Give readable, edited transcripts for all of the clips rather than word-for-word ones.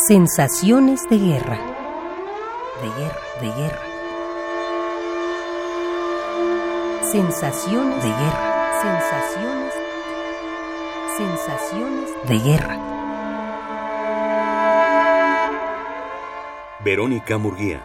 Sensaciones de guerra. De guerra, de guerra. Sensaciones de guerra. Sensaciones de guerra. Verónica Murguía.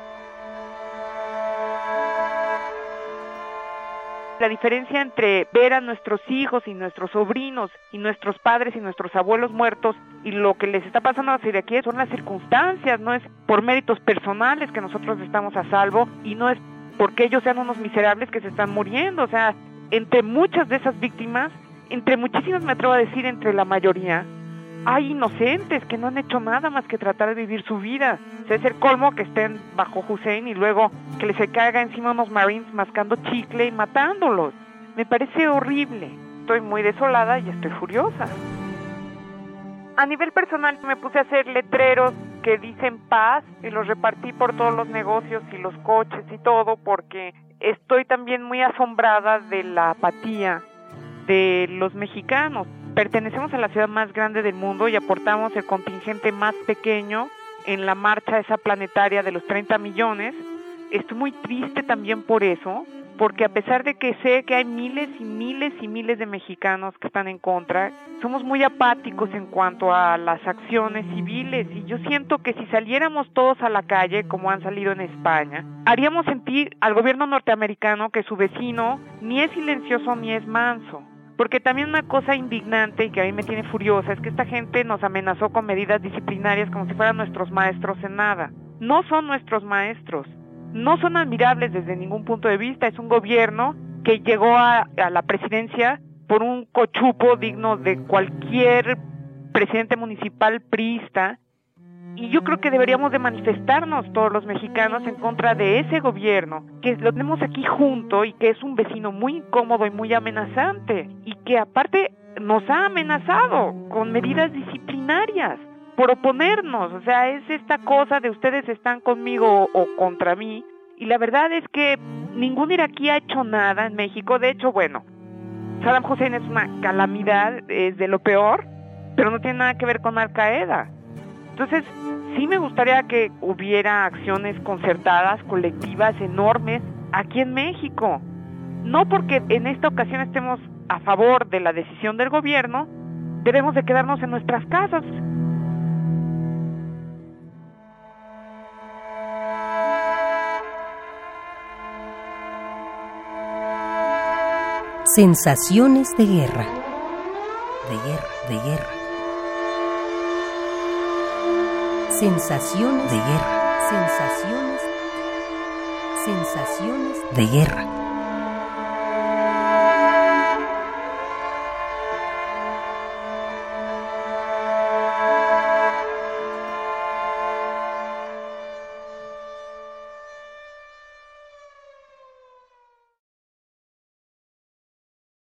La diferencia entre ver a nuestros hijos y nuestros sobrinos y nuestros padres y nuestros abuelos muertos y lo que les está pasando a de aquí son las circunstancias, no es por méritos personales que nosotros estamos a salvo y no es porque ellos sean unos miserables que se están muriendo. O sea, entre muchas de esas víctimas, entre muchísimas, me atrevo a decir, entre la mayoría, hay inocentes que no han hecho nada más que tratar de vivir su vida. O sea, es el colmo que estén bajo Hussein y luego que les se caiga encima unos marines mascando chicle y matándolos. Me parece horrible. Estoy muy desolada y estoy furiosa. A nivel personal me puse a hacer letreros que dicen paz y los repartí por todos los negocios y los coches y todo porque estoy también muy asombrada de la apatía de los mexicanos. Pertenecemos a la ciudad más grande del mundo y aportamos el contingente más pequeño en la marcha esa planetaria de los 30 millones. Estoy muy triste también por eso, porque a pesar de que sé que hay miles y miles y miles de mexicanos que están en contra, somos muy apáticos en cuanto a las acciones civiles y yo siento que si saliéramos todos a la calle, como han salido en España, haríamos sentir al gobierno norteamericano que su vecino ni es silencioso ni es manso. Porque también una cosa indignante y que a mí me tiene furiosa es que esta gente nos amenazó con medidas disciplinarias como si fueran nuestros maestros en nada. No son nuestros maestros, no son admirables desde ningún punto de vista. Es un gobierno que llegó a la presidencia por un cochupo digno de cualquier presidente municipal priista. Y yo creo que deberíamos de manifestarnos todos los mexicanos en contra de ese gobierno, que lo tenemos aquí junto y que es un vecino muy incómodo y muy amenazante, y que aparte nos ha amenazado con medidas disciplinarias por oponernos. O sea, es esta cosa de ustedes están conmigo o contra mí, y la verdad es que ningún iraquí ha hecho nada en México. De hecho, bueno, Saddam Hussein es una calamidad, es de lo peor, pero no tiene nada que ver con Al Qaeda. Entonces, sí me gustaría que hubiera acciones concertadas, colectivas, enormes, aquí en México. No porque en esta ocasión estemos a favor de la decisión del gobierno, debemos de quedarnos en nuestras casas. Sensaciones de guerra. De guerra, de guerra. Sensaciones de guerra. Sensaciones de guerra.